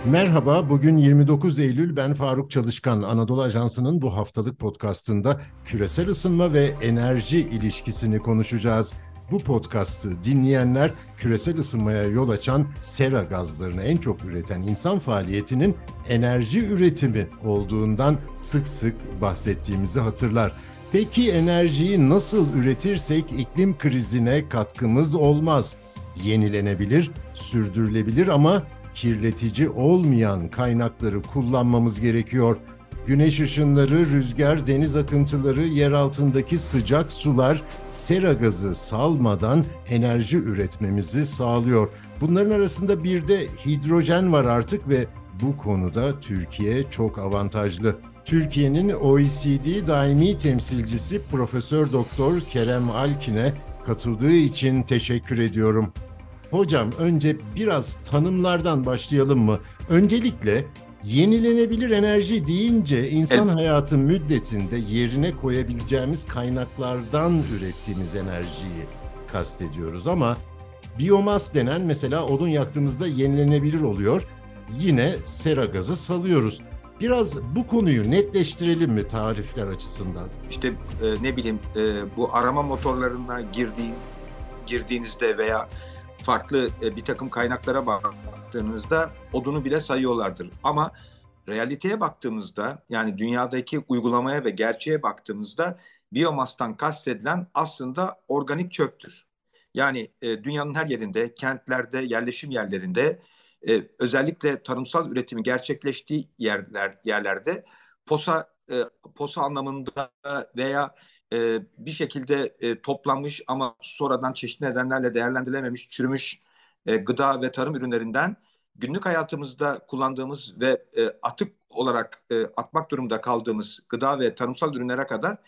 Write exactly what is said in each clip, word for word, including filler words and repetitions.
Merhaba, bugün yirmi dokuz Eylül. Ben Faruk Çalışkan. Anadolu Ajansı'nın bu haftalık podcastında küresel ısınma ve enerji ilişkisini konuşacağız. Bu podcastı dinleyenler küresel ısınmaya yol açan sera gazlarını en çok üreten insan faaliyetinin enerji üretimi olduğundan sık sık bahsettiğimizi hatırlar. Peki enerjiyi nasıl üretirsek iklim krizine katkımız olmaz? Yenilenebilir, sürdürülebilir ama kirletici olmayan kaynakları kullanmamız gerekiyor. Güneş ışınları, rüzgar, deniz akıntıları, yer altındaki sıcak sular sera gazı salmadan enerji üretmemizi sağlıyor. Bunların arasında bir de hidrojen var artık ve bu konuda Türkiye çok avantajlı. Türkiye'nin O E C D daimi temsilcisi Profesör Doktor Kerem Alkin'e katıldığı için teşekkür ediyorum. Hocam önce biraz tanımlardan başlayalım mı? Öncelikle yenilenebilir enerji deyince insan El, hayatı müddetinde yerine koyabileceğimiz kaynaklardan ürettiğimiz enerjiyi kastediyoruz ama biyomas denen mesela odun yaktığımızda yenilenebilir oluyor. Yine sera gazı salıyoruz. Biraz bu konuyu netleştirelim mi tarifler açısından? işte e, ne bileyim e, bu arama motorlarına girdiğin girdiğinizde veya farklı e, bir takım kaynaklara baktığınızda odunu bile sayıyorlardır. Ama realiteye baktığımızda, yani dünyadaki uygulamaya ve gerçeğe baktığımızda biyomastan kastedilen aslında organik çöptür. Yani e, dünyanın her yerinde, kentlerde, yerleşim yerlerinde, e, özellikle tarımsal üretimi gerçekleştiği yerler yerlerde posa e, posa anlamında veya e, bir şekilde e, toplanmış ama sonradan çeşitli nedenlerle değerlendirilememiş, çürümüş e, gıda ve tarım ürünlerinden günlük hayatımızda kullandığımız ve e, atık olarak e, atmak durumunda kaldığımız gıda ve tarımsal ürünlere kadar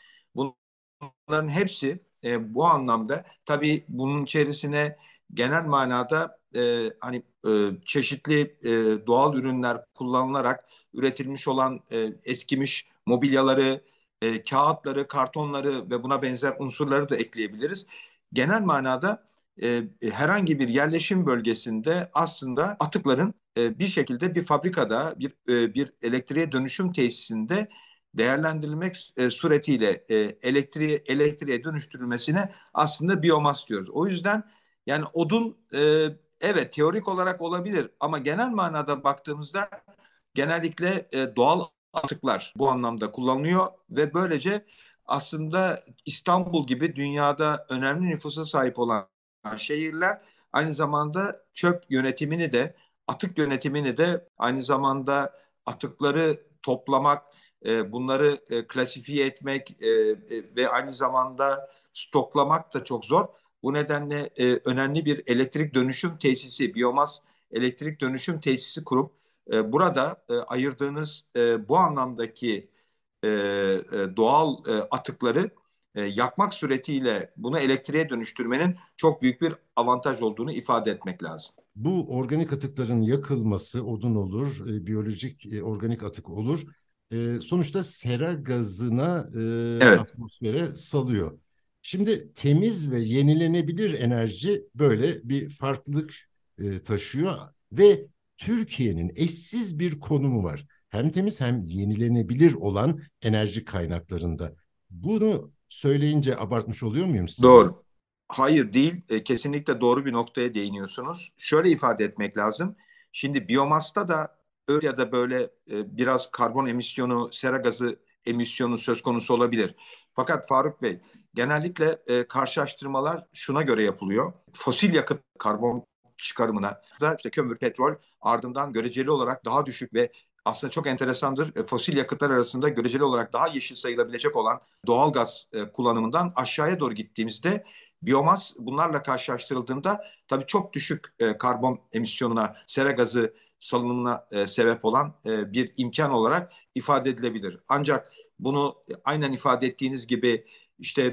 bunların hepsi e, bu anlamda, tabii bunun içerisine genel manada e, hani e, çeşitli e, doğal ürünler kullanılarak üretilmiş olan e, eskimiş mobilyaları, e, kağıtları, kartonları ve buna benzer unsurları da ekleyebiliriz. Genel manada e, herhangi bir yerleşim bölgesinde aslında atıkların e, bir şekilde bir fabrikada, bir e, bir elektriğe dönüşüm tesisinde değerlendirilmek e, suretiyle e, elektriğe elektriğe dönüştürülmesine aslında biyomas diyoruz. O yüzden yani odun e, evet teorik olarak olabilir ama genel manada baktığımızda genellikle e, doğal atıklar bu anlamda kullanılıyor ve böylece aslında İstanbul gibi dünyada önemli nüfusa sahip olan şehirler aynı zamanda çöp yönetimini de, atık yönetimini de, aynı zamanda atıkları toplamak, e, bunları e, klasifiye etmek e, e, ve aynı zamanda stoklamak da çok zor. Bu nedenle e, önemli bir elektrik dönüşüm tesisi, biyomas elektrik dönüşüm tesisi kurup e, burada e, ayırdığınız e, bu anlamdaki e, e, doğal e, atıkları e, yakmak suretiyle bunu elektriğe dönüştürmenin çok büyük bir avantaj olduğunu ifade etmek lazım. Bu organik atıkların yakılması odun olur, e, biyolojik e, organik atık olur. E, sonuçta sera gazına e, Evet, atmosfere salıyor. Şimdi temiz ve yenilenebilir enerji böyle bir farklılık e, taşıyor ve Türkiye'nin eşsiz bir konumu var. Hem temiz hem yenilenebilir olan enerji kaynaklarında. Bunu söyleyince abartmış oluyor muyum sizce? doğru. Hayır değil, e, kesinlikle doğru bir noktaya değiniyorsunuz. Şöyle ifade etmek lazım. Şimdi biyomasta da öyle ya da böyle e, biraz karbon emisyonu, sera gazı emisyonu söz konusu olabilir. Fakat Faruk Bey, genellikle e, karşılaştırmalar şuna göre yapılıyor. Fosil yakıt karbon çıkarımına da işte kömür, petrol, ardından göreceli olarak daha düşük ve aslında çok enteresandır. E, fosil yakıtlar arasında göreceli olarak daha yeşil sayılabilecek olan doğal gaz e, kullanımından aşağıya doğru gittiğimizde biyomas bunlarla karşılaştırıldığında tabii çok düşük e, karbon emisyonuna, sera gazı salınımına e, sebep olan e, bir imkan olarak ifade edilebilir. Ancak bunu aynen ifade ettiğiniz gibi işte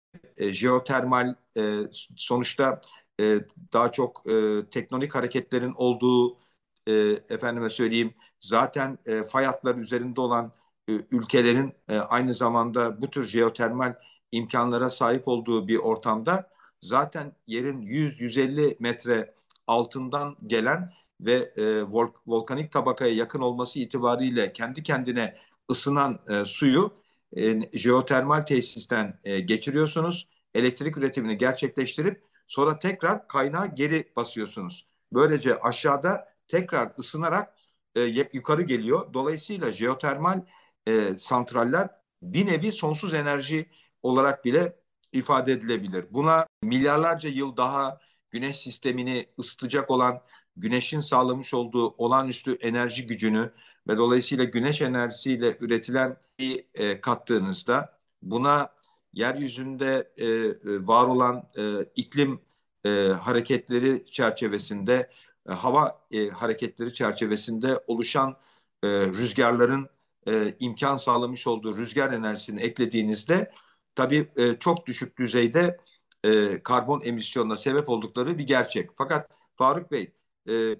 e, jeotermal e, sonuçta e, daha çok e, tektonik hareketlerin olduğu, e, efendime söyleyeyim, zaten e, fay hatları üzerinde olan e, ülkelerin e, aynı zamanda bu tür jeotermal imkanlara sahip olduğu bir ortamda zaten yerin yüz yüz elli metre altından gelen ve e, vol volkanik tabakaya yakın olması itibariyle kendi kendine ısınan e, suyu e, jeotermal tesisten e, geçiriyorsunuz. Elektrik üretimini gerçekleştirip sonra tekrar kaynağa geri basıyorsunuz. Böylece aşağıda tekrar ısınarak e, yukarı geliyor. Dolayısıyla jeotermal e, santraller bir nevi sonsuz enerji olarak bile ifade edilebilir. Buna milyarlarca yıl daha güneş sistemini ısıtacak olan güneşin sağlamış olduğu olağanüstü enerji gücünü ve dolayısıyla güneş enerjisiyle üretilen bir e, kattığınızda buna yeryüzünde e, e, var olan e, iklim e, hareketleri çerçevesinde, e, hava e, hareketleri çerçevesinde oluşan e, rüzgarların e, imkan sağlamış olduğu rüzgar enerjisini eklediğinizde tabii e, çok düşük düzeyde e, karbon emisyonuna sebep oldukları bir gerçek. Fakat Faruk Bey, e, e,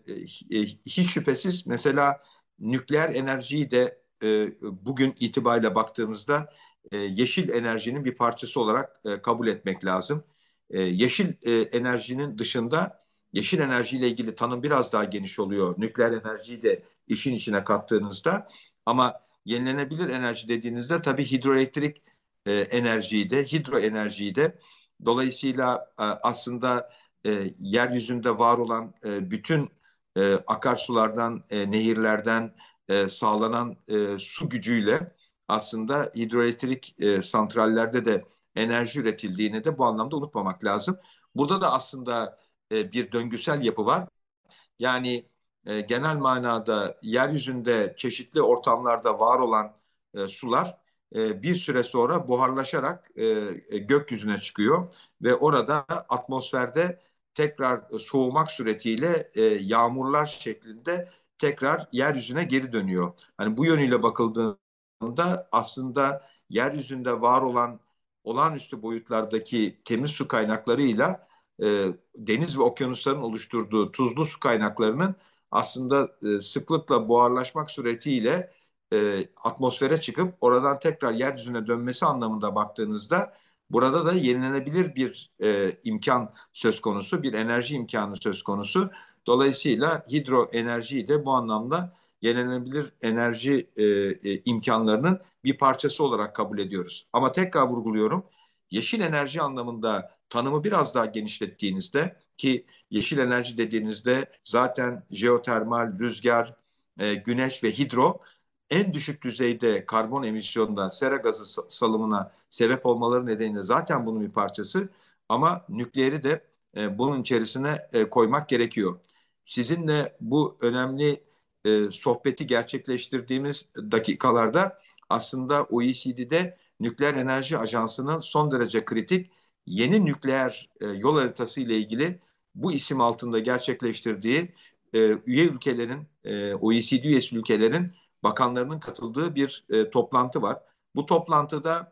hiç şüphesiz mesela nükleer enerjiyi de e, bugün itibariyle baktığımızda e, yeşil enerjinin bir parçası olarak e, kabul etmek lazım. E, yeşil e, enerjinin dışında yeşil enerjiyle ilgili tanım biraz daha geniş oluyor. Nükleer enerjiyi de işin içine kattığınızda ama yenilenebilir enerji dediğinizde tabii hidroelektrik e, enerjiyi de hidroenerjiyi de dolayısıyla e, aslında e, yeryüzünde var olan e, bütün e, akarsulardan, e, nehirlerden e, sağlanan e, su gücüyle aslında hidroelektrik e, santrallerde de enerji üretildiğini de bu anlamda unutmamak lazım. Burada da aslında e, bir döngüsel yapı var. Yani e, genel manada yeryüzünde çeşitli ortamlarda var olan e, sular e, bir süre sonra buharlaşarak e, e, gökyüzüne çıkıyor ve orada atmosferde tekrar soğumak suretiyle e, yağmurlar şeklinde tekrar yeryüzüne geri dönüyor. Hani bu yönüyle bakıldığında aslında yeryüzünde var olan olağanüstü boyutlardaki temiz su kaynaklarıyla e, deniz ve okyanusların oluşturduğu tuzlu su kaynaklarının aslında e, sıklıkla buharlaşmak suretiyle e, atmosfere çıkıp oradan tekrar yeryüzüne dönmesi anlamında baktığınızda burada da yenilenebilir bir e, imkan söz konusu, bir enerji imkanı söz konusu. Dolayısıyla hidro enerjiyi de bu anlamda yenilenebilir enerji e, e, imkanlarının bir parçası olarak kabul ediyoruz. Ama tekrar vurguluyorum, yeşil enerji anlamında tanımı biraz daha genişlettiğinizde ki yeşil enerji dediğinizde zaten jeotermal, rüzgar, e, güneş ve hidro en düşük düzeyde karbon emisyonundan sera gazı salımına sebep olmaları nedeniyle zaten bunun bir parçası ama nükleeri de e, bunun içerisine e, koymak gerekiyor. Sizinle bu önemli e, sohbeti gerçekleştirdiğimiz dakikalarda aslında O E C D'de Nükleer Enerji Ajansı'nın son derece kritik yeni nükleer e, yol haritası ile ilgili bu isim altında gerçekleştirdiği e, üye ülkelerin, e, O E C D üyesi ülkelerin bakanlarının katıldığı bir e, toplantı var. Bu toplantıda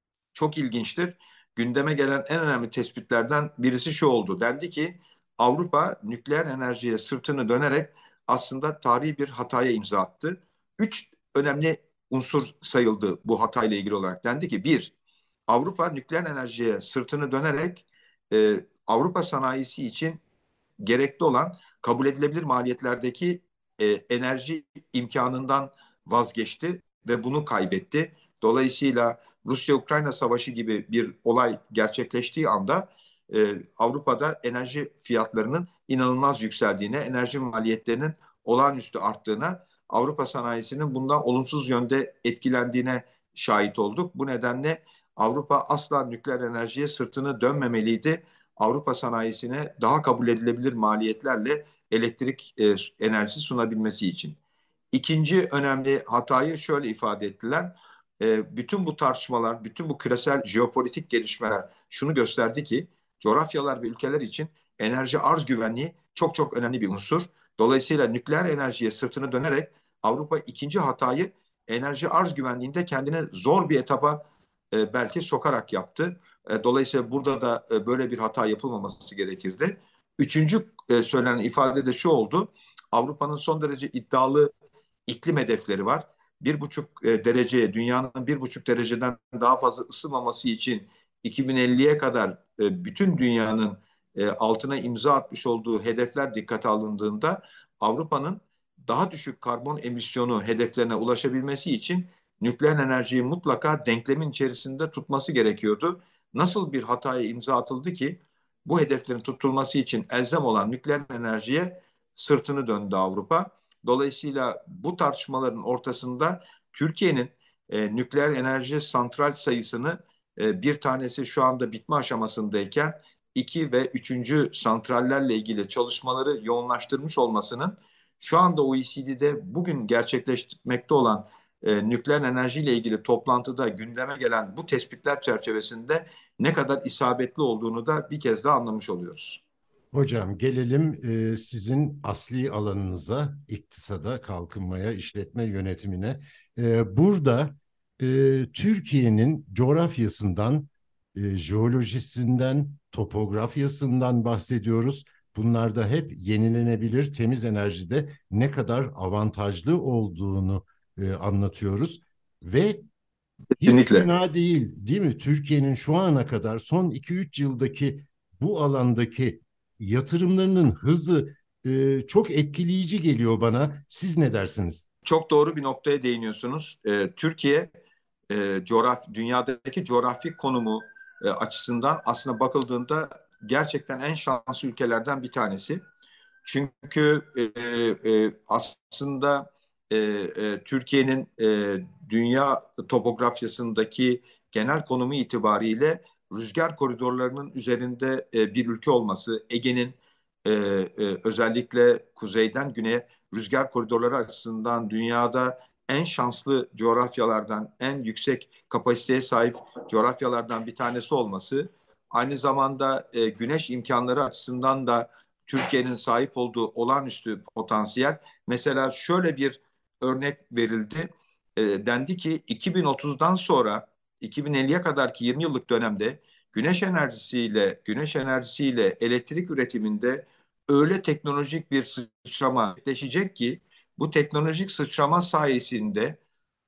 çok ilginçtir. Gündeme gelen en önemli tespitlerden birisi şu oldu. Dendi ki Avrupa nükleer enerjiye sırtını dönerek aslında tarihi bir hataya imza attı. Üç önemli unsur sayıldı bu hatayla ilgili olarak. Dendi ki bir, Avrupa nükleer enerjiye sırtını dönerek e, Avrupa sanayisi için gerekli olan kabul edilebilir maliyetlerdeki e, enerji imkanından vazgeçti ve bunu kaybetti. Dolayısıyla Rusya-Ukrayna savaşı gibi bir olay gerçekleştiği anda e, Avrupa'da enerji fiyatlarının inanılmaz yükseldiğine, enerji maliyetlerinin olağanüstü arttığına, Avrupa sanayisinin bundan olumsuz yönde etkilendiğine şahit olduk. Bu nedenle Avrupa asla nükleer enerjiye sırtını dönmemeliydi. Avrupa sanayisine daha kabul edilebilir maliyetlerle elektrik e, enerjisi sunabilmesi için. İkinci önemli hatayı şöyle ifade ettiler. E, bütün bu tartışmalar, bütün bu küresel jeopolitik gelişmeler şunu gösterdi ki coğrafyalar ve ülkeler için enerji arz güvenliği çok çok önemli bir unsur. Dolayısıyla nükleer enerjiye sırtını dönerek Avrupa ikinci hatayı enerji arz güvenliğinde kendine zor bir etapa e, belki sokarak yaptı. E, dolayısıyla burada da e, böyle bir hata yapılmaması gerekirdi. Üçüncü e, söylenen ifade de şu oldu. Avrupa'nın son derece iddialı iklim hedefleri var. Bir buçuk e, dereceye, dünyanın bir buçuk dereceden daha fazla ısınmaması için iki bin elliye kadar e, bütün dünyanın e, altına imza atmış olduğu hedefler dikkate alındığında Avrupa'nın daha düşük karbon emisyonu hedeflerine ulaşabilmesi için nükleer enerjiyi mutlaka denklemin içerisinde tutması gerekiyordu. Nasıl bir hataya imza atıldı ki bu hedeflerin tutulması için elzem olan nükleer enerjiye sırtını döndü Avrupa. Dolayısıyla bu tartışmaların ortasında Türkiye'nin e, nükleer enerji santral sayısını e, bir tanesi şu anda bitme aşamasındayken iki ve üçüncü santrallerle ilgili çalışmaları yoğunlaştırmış olmasının şu anda O E C D'de bugün gerçekleşmekte olan e, nükleer enerjiyle ilgili toplantıda gündeme gelen bu tespitler çerçevesinde ne kadar isabetli olduğunu da bir kez daha anlamış oluyoruz. Hocam gelelim e, sizin asli alanınıza, iktisada, kalkınmaya, işletme yönetimine. E, burada e, Türkiye'nin coğrafyasından, e, jeolojisinden, topografyasından bahsediyoruz. Bunlarda hep yenilenebilir temiz enerjide ne kadar avantajlı olduğunu e, anlatıyoruz. Ve hiç Kesinlikle. fena değil, değil mi? Türkiye'nin şu ana kadar son iki üç yıldaki bu alandaki yatırımlarının hızı e, çok etkileyici geliyor bana. Siz ne dersiniz? Çok doğru bir noktaya değiniyorsunuz. E, Türkiye e, coğraf dünyadaki coğrafi konumu e, açısından aslında bakıldığında gerçekten en şanslı ülkelerden bir tanesi. Çünkü e, e, aslında e, e, Türkiye'nin e, dünya topografyasındaki genel konumu itibariyle rüzgar koridorlarının üzerinde e, bir ülke olması, Ege'nin e, e, özellikle kuzeyden güneye rüzgar koridorları açısından dünyada en şanslı coğrafyalardan, en yüksek kapasiteye sahip coğrafyalardan bir tanesi olması, aynı zamanda e, güneş imkanları açısından da Türkiye'nin sahip olduğu olağanüstü potansiyel. Mesela şöyle bir örnek verildi. E, dendi ki iki bin otuzdan sonra iki bin elliye kadarki yirmi yıllık dönemde güneş enerjisiyle güneş enerjisiyle elektrik üretiminde öyle teknolojik bir sıçrama gerçekleşecek ki bu teknolojik sıçrama sayesinde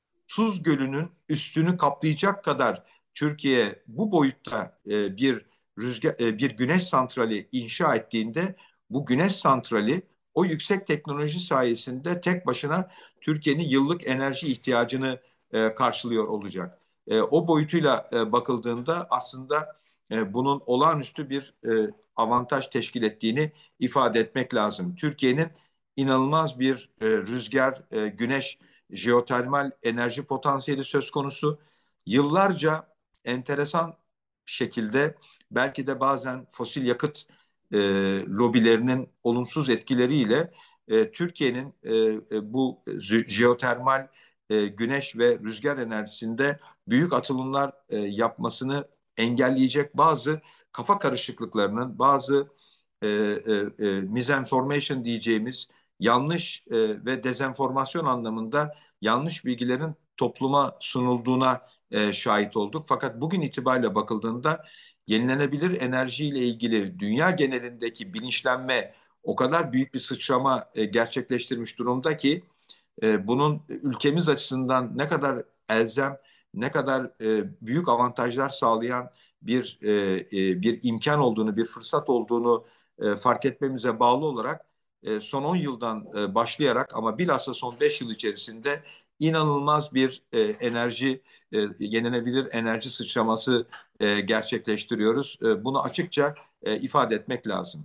Tuz Gölü'nün üstünü kaplayacak kadar Türkiye bu boyutta e, bir rüzgar e, bir güneş santrali inşa ettiğinde bu güneş santrali o yüksek teknoloji sayesinde tek başına Türkiye'nin yıllık enerji ihtiyacını e, karşılıyor olacak. E, o boyutuyla e, bakıldığında aslında e, bunun olağanüstü bir e, avantaj teşkil ettiğini ifade etmek lazım. Türkiye'nin inanılmaz bir e, rüzgar, e, güneş jeotermal enerji potansiyeli söz konusu. Yıllarca enteresan şekilde belki de bazen fosil yakıt e, lobilerinin olumsuz etkileriyle e, Türkiye'nin e, e, bu jeotermal e, güneş ve rüzgar enerjisinde büyük atılımlar e, yapmasını engelleyecek bazı kafa karışıklıklarının, bazı e, e, e, misinformation diyeceğimiz yanlış e, ve dezenformasyon anlamında yanlış bilgilerin topluma sunulduğuna e, şahit olduk. Fakat bugün itibariyle bakıldığında yenilenebilir enerjiyle ilgili dünya genelindeki bilinçlenme o kadar büyük bir sıçrama e, gerçekleştirmiş durumda ki e, bunun ülkemiz açısından ne kadar elzem, ne kadar e, büyük avantajlar sağlayan bir e, e, bir imkan olduğunu, bir fırsat olduğunu e, fark etmemize bağlı olarak e, son on yıldan e, başlayarak ama bilhassa son beş yıl içerisinde inanılmaz bir e, enerji, e, yenilenebilir enerji sıçraması e, gerçekleştiriyoruz. E, bunu açıkça e, ifade etmek lazım.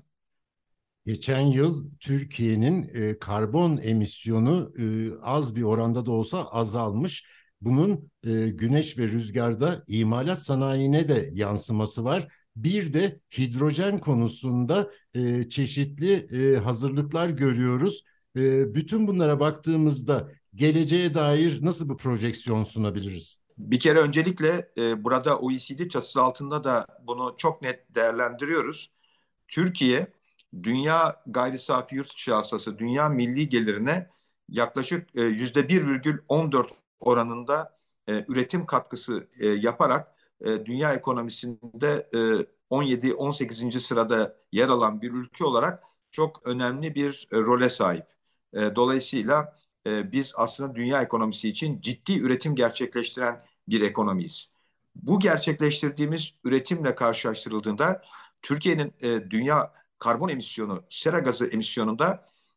Geçen yıl Türkiye'nin e, karbon emisyonu e, az bir oranda da olsa azalmış. Bunun e, güneş ve rüzgarda imalat sanayine de yansıması var. Bir de hidrojen konusunda e, çeşitli e, hazırlıklar görüyoruz. E, bütün bunlara baktığımızda geleceğe dair nasıl bir projeksiyon sunabiliriz? Bir kere öncelikle e, burada O E C D çatısı altında da bunu çok net değerlendiriyoruz. Türkiye dünya gayri safi yurt içi hasılası, dünya milli gelirine yaklaşık e, yüzde bir virgül on dört oranında e, üretim katkısı e, yaparak e, dünya ekonomisinde e, on yedi on sekizinci sırada yer alan bir ülke olarak çok önemli bir e, role sahip. E, dolayısıyla e, biz aslında dünya ekonomisi için ciddi üretim gerçekleştiren bir ekonomiyiz. Bu gerçekleştirdiğimiz üretimle karşılaştırıldığında Türkiye'nin e, dünya karbon emisyonu, sera gazı emisyonunda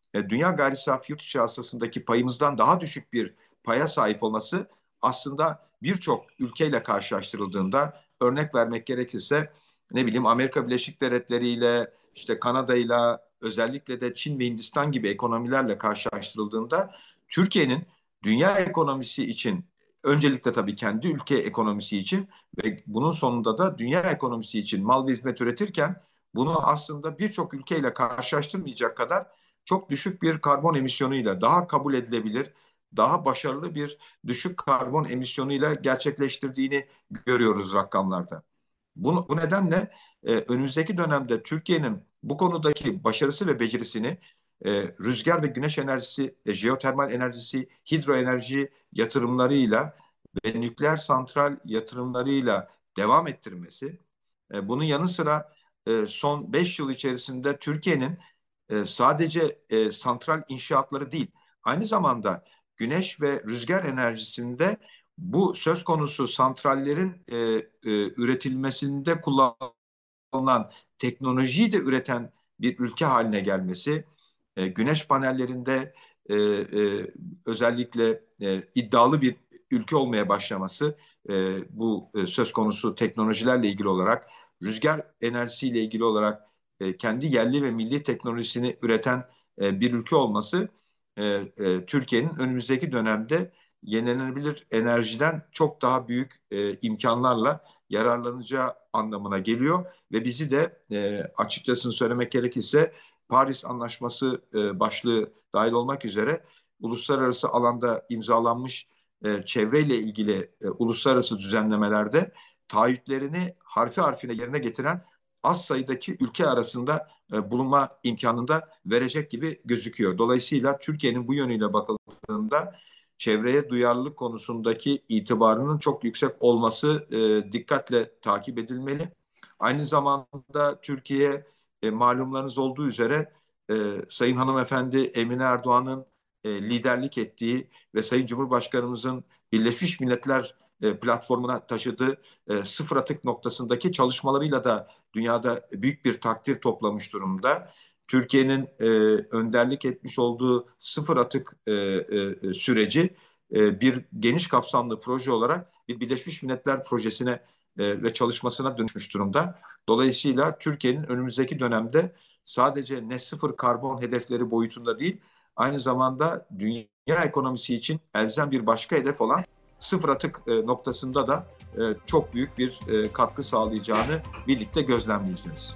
e, dünya gayri safi yurt içi hasılasındaki payımızdan daha düşük bir paya sahip olması aslında birçok ülkeyle karşılaştırıldığında, örnek vermek gerekirse ne bileyim Amerika Birleşik Devletleri ile işte Kanada ile özellikle de Çin ve Hindistan gibi ekonomilerle karşılaştırıldığında Türkiye'nin dünya ekonomisi için, öncelikle tabii kendi ülke ekonomisi için ve bunun sonunda da dünya ekonomisi için mal ve hizmet üretirken bunu aslında birçok ülkeyle karşılaştırmayacak kadar çok düşük bir karbon emisyonuyla, daha kabul edilebilir, daha başarılı bir düşük karbon emisyonuyla gerçekleştirdiğini görüyoruz rakamlarda. Bu, bu nedenle e, önümüzdeki dönemde Türkiye'nin bu konudaki başarısı ve becerisini e, rüzgar ve güneş enerjisi, e, jeotermal enerjisi, hidroenerji yatırımlarıyla ve nükleer santral yatırımlarıyla devam ettirmesi, e, bunun yanı sıra e, son beş yıl içerisinde Türkiye'nin e, sadece e, santral inşaatları değil, aynı zamanda güneş ve rüzgar enerjisinde bu söz konusu santrallerin e, e, üretilmesinde kullanılan teknolojiyi de üreten bir ülke haline gelmesi, e, güneş panellerinde e, e, özellikle e, iddialı bir ülke olmaya başlaması, e, bu e, söz konusu teknolojilerle ilgili olarak, rüzgar enerjisiyle ilgili olarak e, kendi yerli ve milli teknolojisini üreten e, bir ülke olması, e, e, Türkiye'nin önümüzdeki dönemde yenilenebilir enerjiden çok daha büyük e, imkanlarla yararlanacağı anlamına geliyor ve bizi de e, açıkçası söylemek gerekirse Paris Anlaşması e, başlığı dahil olmak üzere uluslararası alanda imzalanmış e, çevreyle ilgili e, uluslararası düzenlemelerde taahhütlerini harfi harfine yerine getiren az sayıdaki ülke arasında e, bulunma imkanını da verecek gibi gözüküyor. Dolayısıyla Türkiye'nin bu yönüyle bakıldığında çevreye duyarlılık konusundaki itibarının çok yüksek olması e, dikkatle takip edilmeli. Aynı zamanda Türkiye, e, malumlarınız olduğu üzere e, Sayın Hanımefendi Emine Erdoğan'ın e, liderlik ettiği ve Sayın Cumhurbaşkanımızın Birleşmiş Milletler e, platformuna taşıdığı e, sıfır atık noktasındaki çalışmalarıyla da dünyada büyük bir takdir toplamış durumda. Türkiye'nin e, önderlik etmiş olduğu sıfır atık e, e, süreci e, bir geniş kapsamlı proje olarak bir Birleşmiş Milletler projesine e, ve çalışmasına dönüşmüş durumda. Dolayısıyla Türkiye'nin önümüzdeki dönemde sadece net sıfır karbon hedefleri boyutunda değil, aynı zamanda dünya ekonomisi için elzem bir başka hedef olan sıfır atık e, noktasında da e, çok büyük bir e, katkı sağlayacağını birlikte gözlemleyeceğiz.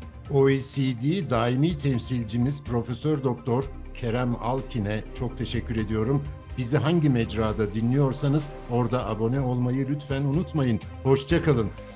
O E C D daimi temsilcimiz Profesör Doktor Kerem Alkin'e çok teşekkür ediyorum. Bizi hangi mecrada dinliyorsanız orada abone olmayı lütfen unutmayın. Hoşça kalın.